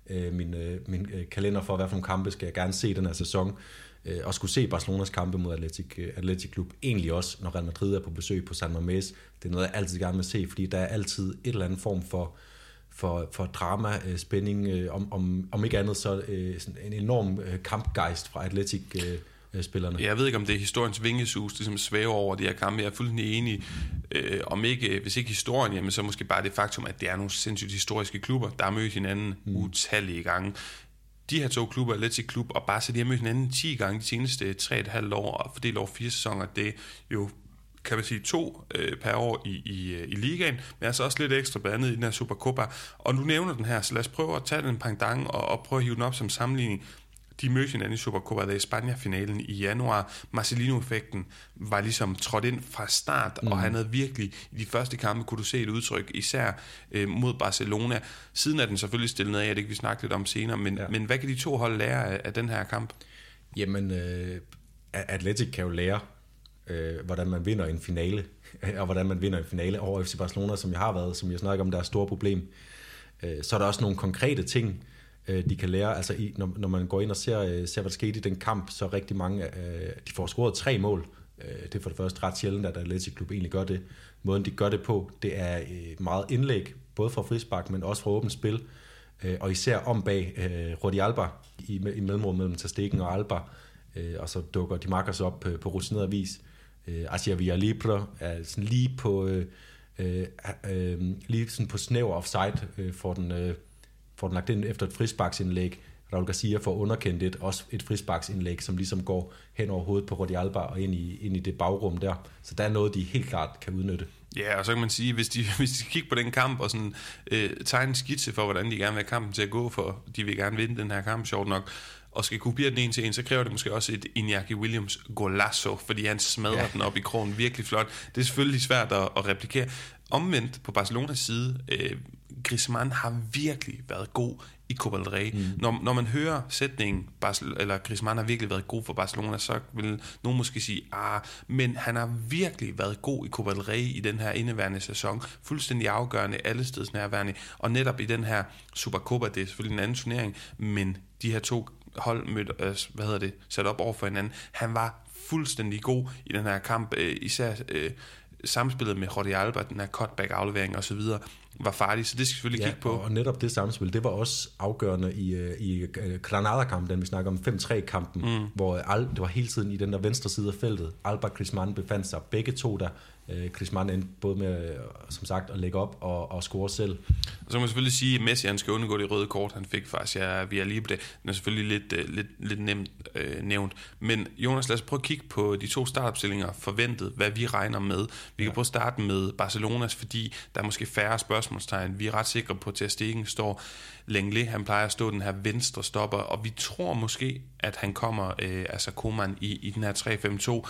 øh, min, øh, min øh, kalender for, hvad for nogle kampe skal jeg gerne se den her sæson. Øh, og skulle se Barcelonas kampe mod Athletic, øh, Athletic Club, egentlig også, når Real Madrid er på besøg på San Mamés. Det er noget, jeg altid gerne vil se, fordi der er altid et eller andet form for, for, for drama, øh, spænding, øh, om, om, om ikke andet så øh, sådan en enorm øh, kampgejst fra Athletic øh, spillerne. Jeg ved ikke, om det er historiens vingesus, det som svæver over de her kampe. Jeg er fuldstændig enig. Øh, om ikke, hvis ikke historien, jamen, så måske bare det faktum, at det er nogle sindssygt historiske klubber, der har mødt hinanden mm. utallige gange. De her to klubber, Athletic Klub og Barca, de har mødt hinanden ti gange de seneste tre og et halvt år, og fordelt over fire sæsoner. Det er jo, kan man sige, to øh, per år i, i, i ligaen, men altså også lidt ekstra blandet i den her Supercopa. Og nu nævner den her, så lad os prøve at tage den pendant og, og prøve at hive den op som sammenligning. De mødte hinanden i Supercopa de España-finalen i januar. Marcelino-effekten var ligesom trådt ind fra start, mm. og han havde virkelig, i de første kampe kunne du se et udtryk, især øh, mod Barcelona. Siden er den selvfølgelig stillet ned af, det kan vi snakke lidt om senere, men, ja. men hvad kan de to hold lære af, af den her kamp? Jamen, øh, Athletic kan jo lære, øh, hvordan man vinder en finale, og hvordan man vinder en finale over F C Barcelona, som jeg har været, som jeg snakker om, der er et stort problem. Øh, så er der også nogle konkrete ting, de kan lære, altså i, når, når man går ind og ser, ser, hvad der skete i den kamp, så rigtig mange, øh, de får scoret tre mål. Øh, det er for det første ret sjældent, at Athletic Klub egentlig gør det. Måden, de gør det på, det er øh, meget indlæg, både fra frispark, men også fra åbent spil, øh, og især om bag øh, Jordi Alba, i, i mellemrum mellem Ter Stegen og Alba, øh, og så dukker de Marcos op på, på rutineret vis. Øh, Asia Villalibre er sådan lige på, øh, øh, øh, lige sådan på snæver offside øh, for den... Øh, får den lagt ind efter et frisparksindlæg. Raul Garcia får underkendt et, også et frisparksindlæg, som ligesom går hen over hovedet på Jordi Alba og ind i, ind i det bagrum der. Så der er noget, de helt klart kan udnytte. Ja, og så kan man sige, hvis de, hvis de kigger på den kamp og sådan, øh, tegner en skitse for, hvordan de gerne vil have kampen til at gå, for de vil gerne vinde den her kamp, sjovt nok, og skal kopiere den en til en, så kræver det måske også et Iñaki Williams golazo, fordi han smadrer ja. den op i krogen virkelig flot. Det er selvfølgelig svært at, at replikere. Omvendt på Barcelonas side, øh, Griezmann har virkelig været god i Copa del Rey. Mm. Når, når man hører sætningen, Barcelona, eller Griezmann har virkelig været god for Barcelona, så vil nogen måske sige, ah, men han har virkelig været god i Copa del Rey i den her indeværende sæson. Fuldstændig afgørende, allesteds nærværende. Og netop i den her Supercopa, det er selvfølgelig en anden turnering, men de her to hold mødte, øh, hvad hedder det, sat op over for hinanden. Han var fuldstændig god i den her kamp, øh, især øh, samspillet med Jordi Alba, den her cutback-aflevering og så videre, var farlig, så det skal selvfølgelig ja, kigge på. Og netop det samspil, det var også afgørende i, i Granada-kampen, den vi snakker om fem tre-kampen, mm. hvor Al, det var hele tiden i den der venstre side af feltet. Alba og Griezmann befandt sig begge to der. Griezmann endte både med, som sagt, at lægge op og, og score selv. Og så kan man selvfølgelig sige, at Messi han skal undgå det røde kort, han fik faktisk. Ja, vi er lige på det. Den er selvfølgelig lidt, lidt, lidt nemt øh, nævnt. Men Jonas, lad os prøve at kigge på de to startopstillinger forventet, hvad vi regner med. Vi kan prøve at starte med Barcelonas, fordi der er måske færre spørgsmålstegn. Vi er ret sikre på, at Ter Stegen står Lenglet. Han plejer at stå den her venstre stopper, og vi tror måske, at han kommer, øh, altså Koeman, i, i den her tre fem to.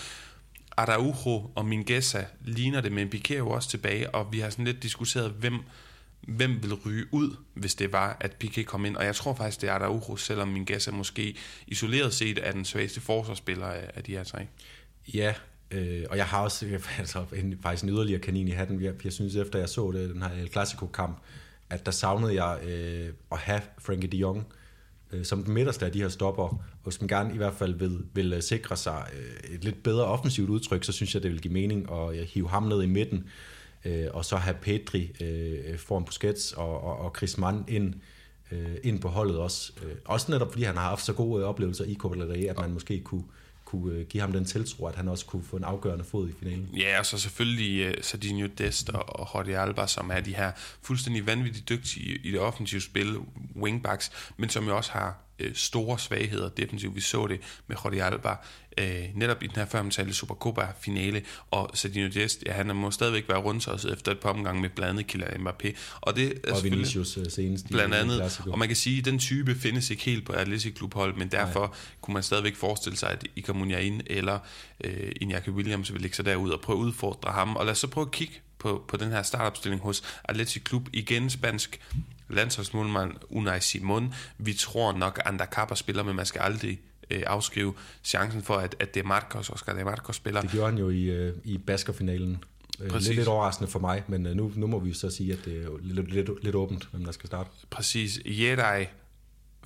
Araujo og Mingueza ligner det, men Piqué er jo også tilbage, og vi har sådan lidt diskuteret, hvem, hvem vil ryge ud, hvis det var, at Piqué kom ind. Og jeg tror faktisk, det er Araujo, selvom Mingueza måske isoleret set er den svageste forsvarsspiller af, af de her tre. Ja, øh, og jeg har også altså, en, faktisk en yderligere kanin i hatten. Jeg, jeg synes, efter jeg så det, den her El Clasico-kamp, at der savnede jeg øh, at have Frenkie de Jong øh, som den midterste af de her stopper, og som gerne i hvert fald vil, vil sikre sig øh, et lidt bedre offensivt udtryk, så synes jeg, det vil give mening at hive ham ned i midten, øh, og så have Pedri øh, foran Busquets og, og, og Griezmann ind, øh, ind på holdet også. Øh, også netop fordi han har haft så gode oplevelser i Copa del Rey, at man måske kunne kunne give ham den tiltro, at han også kunne få en afgørende fod i finalen. Ja, og så selvfølgelig uh, Serginho Dest og, og Jordi Alba, som er de her fuldstændig vanvittigt dygtige i det offensive spil, wingbacks, men som jo også har uh, store svagheder defensivt. Vi så det med Jordi Alba uh, netop i den her føromtalte Supercopa-finale, og Serginho Dest, ja, han må stadigvæk være rundt os efter et par omgange med blandt andet Kylian Mbappé. Og, det er og Vinicius uh, senest. Blandt andet, og man kan sige, at den type findes ikke helt på Athletic Klub-hold, men derfor Nej. kunne man stadigvæk forestille sig, at Iker Muniain eller øh, Iñaki Williams vil lægge sig derud og prøve at udfordre ham. Og lad os så prøve at kigge på, på den her startopstilling hos Athletic Klub. Igen spansk landsholdsmålmand Unai Simon. Vi tror nok, Ander Kapper spiller, men man skal aldrig øh, afskrive chancen for, at, at det er Marcos, Oscar de Marcos spiller. Det gjorde han jo i, øh, i Basker-finalen. Lidt, lidt overraskende for mig, men nu, nu må vi så sige, at det er lidt, lidt, lidt åbent, hvem der skal starte. Præcis. Jedi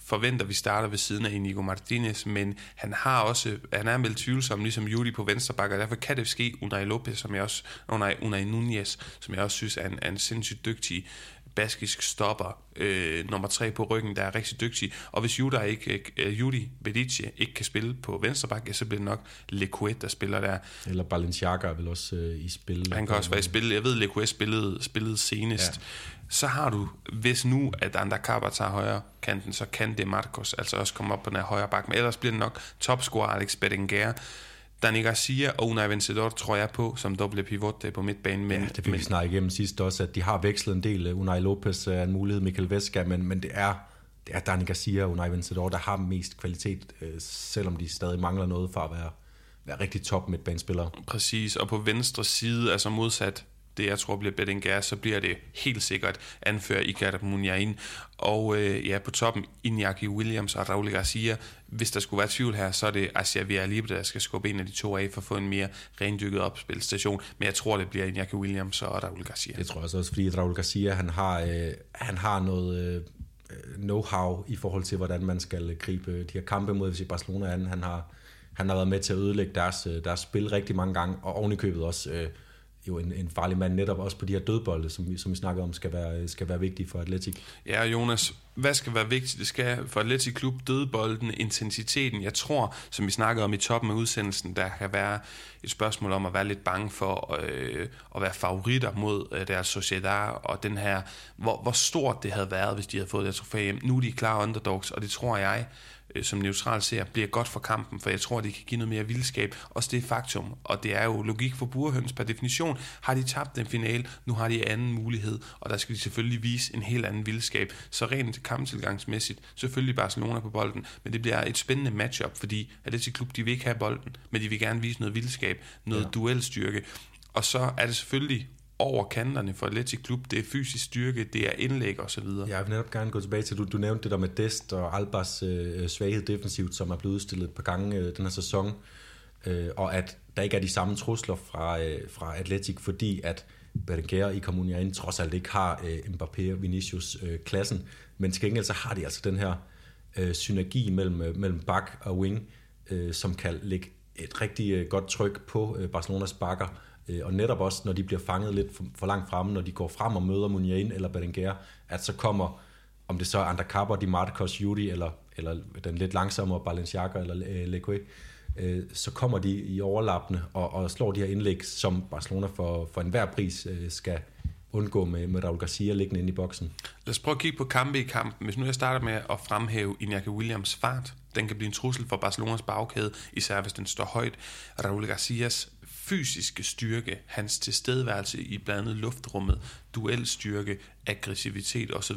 forventer, vi starter ved siden af Inigo Martinez, men han har også, han er meldt tvivlsom, ligesom Judy på venstre bakke, og derfor kan det ske Unai Lopez, som jeg også, Unai, Unai Núñez, som jeg også synes er en, er en sindssygt dygtig baskisk stopper, øh, nummer tre på ryggen, der er rigtig dygtig. Og hvis Judy ikke, øh, Judy Bedice ikke kan spille på venstre bakke, så bliver det nok Lecuet, der spiller der. Eller Balenciaga er vel også øh, i spil. Han kan også være i spil. Jeg ved, Lecuet spillede, spillede senest. Ja. Så har du, hvis nu, at Andacaba tager højre kanten, så kan det Marcos altså også komme op på den her højre bakke. Men ellers bliver det nok topscorer Alex Berenguer, Dani Garcia og Unai Vencedor tror jeg på som doble pivot på midtbanen. Men, ja, det fik vi snakket igennem sidst også, at de har vekslet en del. Unai Lopez er en mulighed, Mikel Vesga, men, men det er det er Dani Garcia og Unai Vencedor, der har mest kvalitet, selvom de stadig mangler noget for at være, være rigtig top midtbanespillere. Præcis, og på venstre side, altså modsat det, jeg tror bliver Berenguer, så bliver det helt sikkert anfører Iker Muniain. Og øh, ja, på toppen Iñaki Williams og Raúl Garcia. Hvis der skulle være tvivl her, så er det Asia Villallibre, der skal skubbe en af de to af for at få en mere rendyrket opspilstation. Men jeg tror, det bliver Iñaki Williams og Raúl Garcia. Det tror jeg også, fordi Raúl Garcia, han har, øh, han har noget øh, know-how i forhold til, hvordan man skal gribe de her kampe mod F C Barcelona an. Han har, han har været med til at ødelægge deres, deres spil rigtig mange gange, og ovenikøbet også øh, jo en, en farlig mand netop også på de her dødbolde, som vi, som vi snakker om, skal være, skal være vigtige for Atletic. Ja, Jonas, hvad skal være vigtigt? Det skal for Atletic Klub dødbolden, intensiteten. Jeg tror, som vi snakkede om i toppen af udsendelsen, der kan være et spørgsmål om at være lidt bange for øh, at være favoritter mod øh, deres Sociedad, og den her, hvor, hvor stort det havde været, hvis de havde fået det trofæ hjem. Nu er de klare underdogs, og det tror jeg, som neutral ser, bliver godt for kampen, for jeg tror, det kan give noget mere vildskab. Også det er faktum, og det er jo logik for burhøns per definition. Har de tabt den finale, nu har de anden mulighed, og der skal de selvfølgelig vise en helt anden vildskab. Så rent kamptilgangsmæssigt, selvfølgelig Barcelona på bolden, men det bliver et spændende matchup, fordi Atletic Klub, de vil ikke have bolden, men de vil gerne vise noget vildskab, noget ja. duelstyrke. Og så er det selvfølgelig over kanterne for Atletic Klub, det er fysisk styrke, det er indlæg og så videre. Jeg vil netop gerne gå tilbage til, du, du nævnte det der med Dest og Albas øh, svaghed defensivt, som er blevet udstillet et par gange øh, den her sæson, øh, og at der ikke er de samme trusler fra, øh, fra Atletic, fordi at Berenguer i Comuniain trods alt ikke har øh, Mbappé og Vinicius øh, klassen, men til gengæld så har de altså den her øh, synergi mellem, øh, mellem bak og wing, øh, som kan lægge et rigtig øh, godt tryk på øh, Barcelonas bakker. Og netop også, når de bliver fanget lidt for, for langt fremme, når de går frem og møder Muniain eller Berenguer, at så kommer, om det så er Andacaba, Di Marcos, Judy, eller, eller den lidt langsommere Balenciaga eller Lecuet, øh, så kommer de i overlappende og, og slår de her indlæg, som Barcelona for, for enhver pris øh, skal undgå med, med Raúl Garcia liggende inde i boksen. Lad os prøve at kigge på kampe i kampen. Hvis nu jeg starter med at fremhæve Iñaki Williams fart, den kan blive en trussel for Barcelonas bagkæde, især hvis den står højt. Raúl Garcias fysiske styrke, hans tilstedeværelse i blandt andet luftrummet, duelstyrke, aggressivitet osv.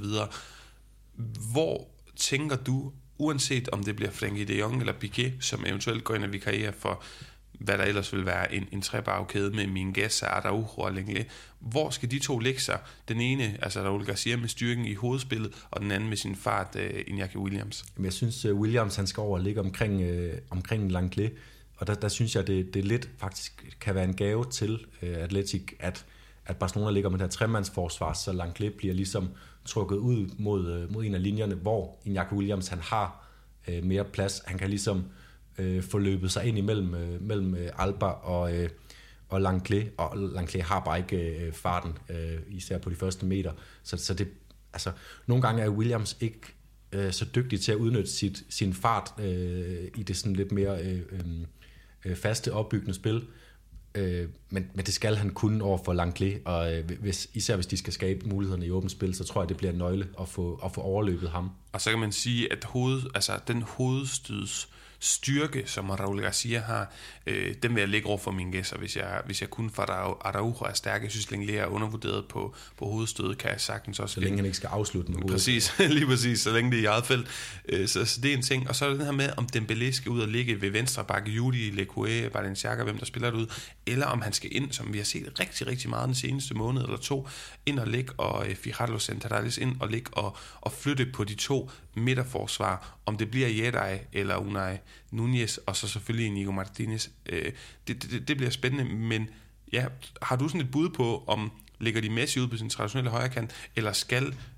Hvor tænker du, uanset om det bliver Frenkie de Jong eller Piqué, som eventuelt går ind og vikarierer for, hvad der ellers vil være en, en trebagkæde med Minguez, Araujo og Lenglet, hvor skal de to lægge sig? Den ene, altså Raúl Garcia med styrken i hovedspillet, og den anden med sin fart, uh, Iñaki Williams. Jamen, jeg synes, uh, Williams han skal over og ligge omkring, uh, omkring Lenglet. Og der, der synes jeg, det, det lidt faktisk kan være en gave til øh, Atletic, at, at Barcelona ligger med det her tremandsforsvar, så Lenglet bliver ligesom trukket ud mod, øh, mod en af linjerne, hvor Iñaki Williams han har øh, mere plads. Han kan ligesom øh, få løbet sig ind imellem øh, mellem øh, Alba og, øh, og Lenglet, og Lenglet har bare ikke øh, farten, øh, især på de første meter. Så, så det, altså, nogle gange er Williams ikke øh, så dygtig til at udnytte sit, sin fart øh, i det sådan lidt mere Øh, øh, faste opbyggende spil, øh, men, men det skal han kunne over for Lenglet, og øh, hvis, især hvis de skal skabe mulighederne i åbent spil, så tror jeg, det bliver en nøgle at få, at få overløbet ham. Og så kan man sige, at hoved, altså, den hovedstøds styrke, som Raúl Garcia har, øh, den vil jeg lægge over for Minguez, og hvis jeg, hvis jeg kun for Araujo er stærk, jeg synes, Lenglet er undervurderet på, på hovedstødet, kan jeg sagtens også... Så længe han ikke skal afslutte med hovedet. Præcis, lige præcis, så længe det er i eget felt. Øh, så, så det er en ting. Og så er det den her med, om Dembélé skal ud og ligge ved venstre bakke, Judy, Lecuet, Balenciaga, hvem der spiller det ud, eller om han skal ind, som vi har set rigtig, rigtig meget den seneste måned eller to, ind og ligge og øh, Fijarlo Centrales ind og ligge og, og flytte på de to midterforsvar, om det bliver Jedi eller Unai Núñez, og så selvfølgelig Inigo Martinez. Øh, det, det, det bliver spændende, men ja, har du sådan et bud på, om ligger de Messi ud på sin traditionelle højrekant, eller skal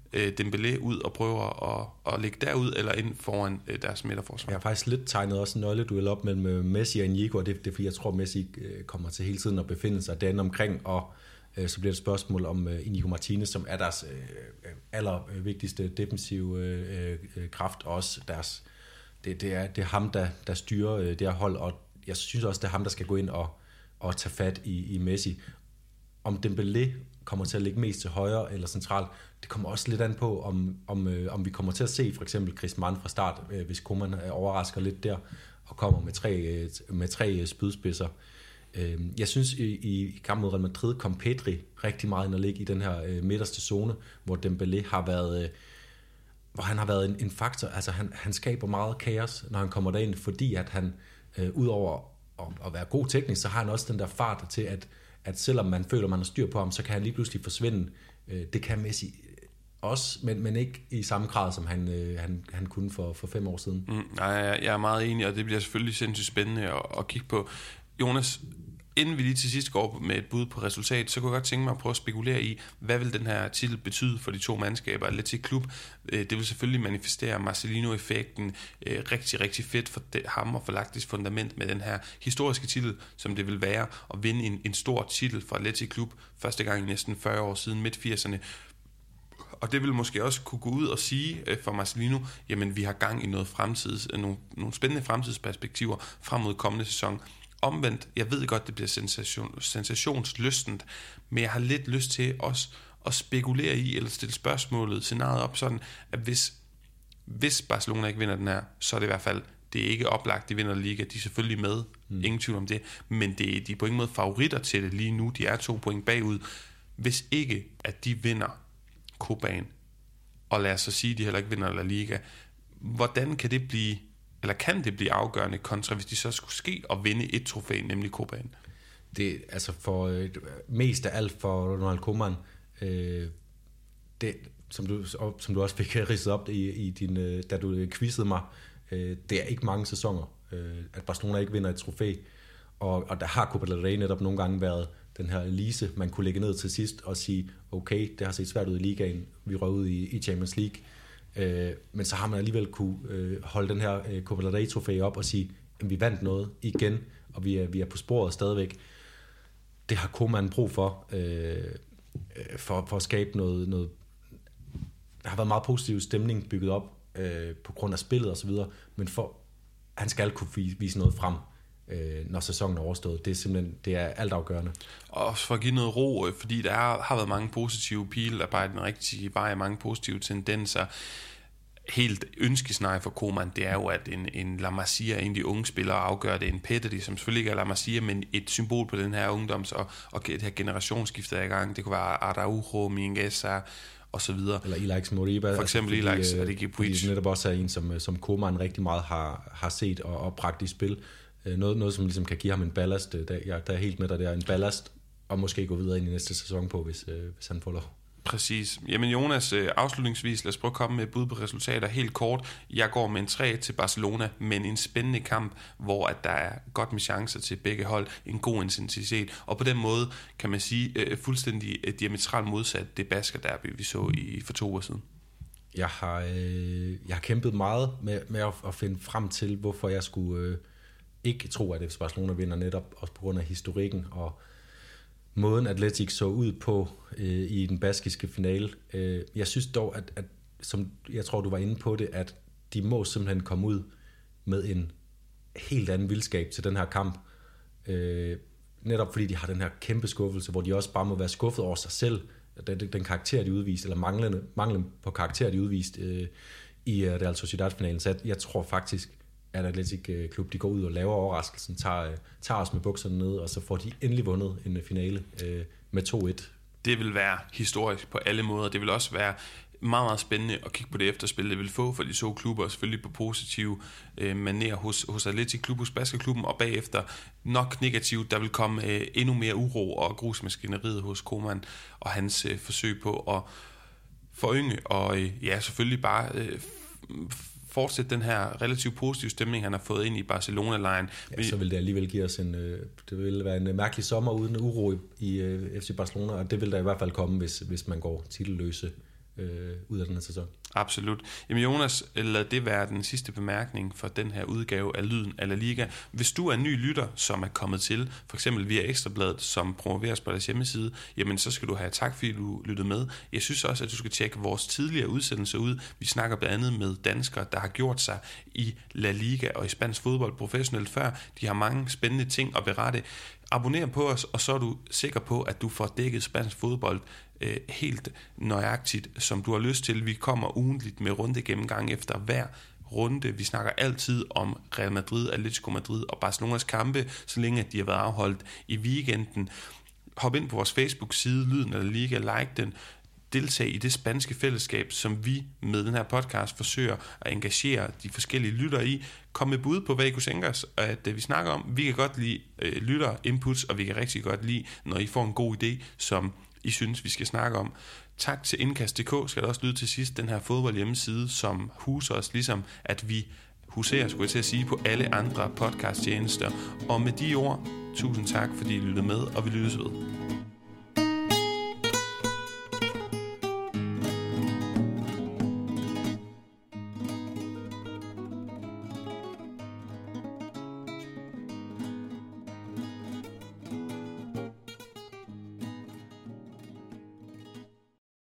øh, Dembélé ud og prøver at, at ligge derud eller ind foran øh, deres midterforsvar. Jeg har faktisk lidt tegnet også en nøgleduel op mellem Messi og Inigo, og det, det er fordi, jeg tror, Messi øh, kommer til hele tiden at befinde sig derinde omkring, og øh, så bliver det et spørgsmål om øh, Inigo Martinez, som er deres øh, allervigtigste defensive øh, øh, kraft, og også deres, det, det, er, det er ham, der, der styrer øh, det her hold, og jeg synes også, det er ham, der skal gå ind og, og tage fat i, i Messi. Om Dembélé kommer til at ligge mest til højre eller centralt, det kommer også lidt an på, om, om, øh, om vi kommer til at se for eksempel Griezmann fra start, øh, hvis Koeman overrasker lidt der, og kommer med tre, øh, med tre spydspidser. Øh, jeg synes, i, i kampen mod Real Madrid kom Pedri rigtig meget ind at ligge i den her øh, midterste zone, hvor Dembélé har været, øh, hvor han har været en, en faktor. Altså han, han skaber meget kaos, når han kommer derind, fordi at han, øh, udover at, at være god teknisk, så har han også den der fart til, at at selvom man føler, man har styr på ham, så kan han lige pludselig forsvinde. Det kan Messi også, men, men ikke i samme grad, som han, han, han kunne for, for fem år siden. Mm, nej, jeg er meget enig, og det bliver selvfølgelig sindssygt spændende at, at kigge på. Jonas, inden vi lige til sidst går med et bud på resultat, så kunne jeg godt tænke mig at prøve at spekulere i, hvad vil den her titel betyde for de to mandskaber? Atletic Klub, det vil selvfølgelig manifestere Marcelino-effekten, rigtig, rigtig fedt for ham og for lagt et fundament med den her historiske titel, som det vil være at vinde en, en stor titel for Atletic Klub, første gang i næsten fyrre år siden, midt firserne. Og det vil måske også kunne gå ud og sige for Marcelino, jamen vi har gang i noget fremtids, nogle, nogle spændende fremtidsperspektiver frem mod kommende sæson. Omvendt, jeg ved godt, det bliver sensation, sensationslystent, men jeg har lidt lyst til også at spekulere i, eller stille spørgsmålet, scenariet op sådan, at hvis, hvis Barcelona ikke vinder den her, så er det i hvert fald, det er ikke oplagt, de vinder Liga, de er selvfølgelig med, mm. ingen tvivl om det, men det, de er på ingen måde favoritter til det lige nu, de er to point bagud. Hvis ikke, at de vinder Copaen, og lad os så sige, at de heller ikke vinder La Liga, hvordan kan det blive, eller kan det blive afgørende kontra, hvis de så skulle ske at vinde et trofæ, nemlig Copaen? Det altså for øh, mest af alt for Ronald Koeman, øh, det, som, du, som du også fik ridset op i, i din, øh, da du quizzede mig, øh, det er ikke mange sæsoner, øh, at Barcelona ikke vinder et trofæ, og, og der har Copa del Rey netop nogle gange været den her elise, man kunne lægge ned til sidst og sige, okay, det har set svært ud i ligaen, vi røg ud i, i Champions League, øh, men så har man alligevel kunne øh, holde den her øh, Copa del Rey trofæ op og sige, at vi vandt noget igen, og vi er, vi er på sporet stadigvæk. Det har Koeman brug for, øh, for, for at skabe noget, noget. Der har været meget positiv stemning bygget op øh, på grund af spillet og så videre, men for han skal kunne vise noget frem, øh, når sæsonen er overstået. Det er simpelthen, det er altafgørende. Og for at give noget ro, fordi der er, har været mange positive pile, der bare den rigtige vej, mange positive tendenser. Helt ønskescenarie for Koeman, det er jo, at en, en La Masia, en af de unge spillere, afgør det. En Pedri, som selvfølgelig ikke er La Masia, men et symbol på den her ungdoms- og, og det her generationsskifte er i gang. Det kunne være Araujo, Mingueza og så videre. Eller Ilaix Moriba. For eksempel altså, Ilaix og det Fordi det netop også er en, som, som Koeman rigtig meget har, har set og, og bragt i spil. Noget, noget, som ligesom kan give ham en ballast. Der, ja, der er helt med dig der, en ballast, og måske gå videre ind i næste sæson på, hvis, øh, hvis han får lov. Præcis. Jamen Jonas, afslutningsvis, lad os prøve at komme med et bud på resultater helt kort. Jeg går med en tre til Barcelona, men en spændende kamp, hvor at der er godt med chancer til begge hold, en god intensitet, og på den måde kan man sige fuldstændig diametralt modsat det Basker derby, vi så i for to år siden. Jeg har, øh, jeg har kæmpet meget med, med at, at finde frem til, hvorfor jeg skulle øh, ikke tro, at F C Barcelona vinder, netop også på grund af historikken og måden Atletic så ud på øh, i den baskiske finale. Øh, jeg synes dog, at, at som jeg tror, du var inde på det, at de må simpelthen komme ud med en helt anden vildskab til den her kamp. Øh, netop fordi de har den her kæmpe skuffelse, hvor de også bare må være skuffet over sig selv, den, den karakter, de udviste, eller manglende, manglen på karakter, de udviste øh, i Real Sociedad-finalen. Så jeg, jeg tror faktisk, at Atletic Klub, de går ud og laver overraskelsen, tager, tager os med bukserne ned, og så får de endelig vundet en finale øh, med to et. Det vil være historisk på alle måder. Det vil også være meget, meget spændende at kigge på det efterspil, det vil få for de så klubber, og selvfølgelig på positive øh, manér hos, hos Atletic Klub, hos Baskerklubben, og bagefter nok negativt, der vil komme øh, endnu mere uro og grusmaskineriet hos Koeman og hans øh, forsøg på at forynge, og øh, ja, selvfølgelig bare øh, fortsætte den her relativt positive stemning, han har fået ind i Barcelona-lejen. Ja, så vil det alligevel give os en, det vil være en mærkelig sommer uden uro i, i F C Barcelona, og det vil der i hvert fald komme, hvis, hvis man går titelløse øh, ud af den her sæson. Absolut. Jamen Jonas, lad det være den sidste bemærkning for den her udgave af Lyden af La Liga. Hvis du er en ny lytter, som er kommet til, for eksempel via Ekstrabladet, som promoveres på deres hjemmeside, jamen så skal du have tak, fordi du lyttede med. Jeg synes også, at du skal tjekke vores tidligere udsendelser ud. Vi snakker blandt andet med danskere, der har gjort sig i La Liga og i spansk fodbold professionelt før. De har mange spændende ting at berette. Abonner på os, og så er du sikker på, at du får dækket spansk fodbold øh, helt nøjagtigt, som du har lyst til. Vi kommer ugentligt med runde gennemgang efter hver runde. Vi snakker altid om Real Madrid, Atletico Madrid og Barcelonas kampe, så længe de har været afholdt i weekenden. Hop ind på vores Facebook-side, Lyden af La Liga, like den. Deltag i det spanske fællesskab, som vi med den her podcast forsøger at engagere de forskellige lyttere i. Kom med bud på, hvad I kunne tænke os, at vi snakker om. Vi kan godt lide øh, lytter inputs, og vi kan rigtig godt lide, når I får en god idé, som I synes, vi skal snakke om. Tak til Indkast punktum d k, skal der også lyde til sidst, den her fodbold hjemmeside, som huser os, ligesom at vi huserer, skulle jeg til at sige, på alle andre podcasttjenester. Og med de ord, tusind tak, fordi I lyttede med, og vi lyttes ved.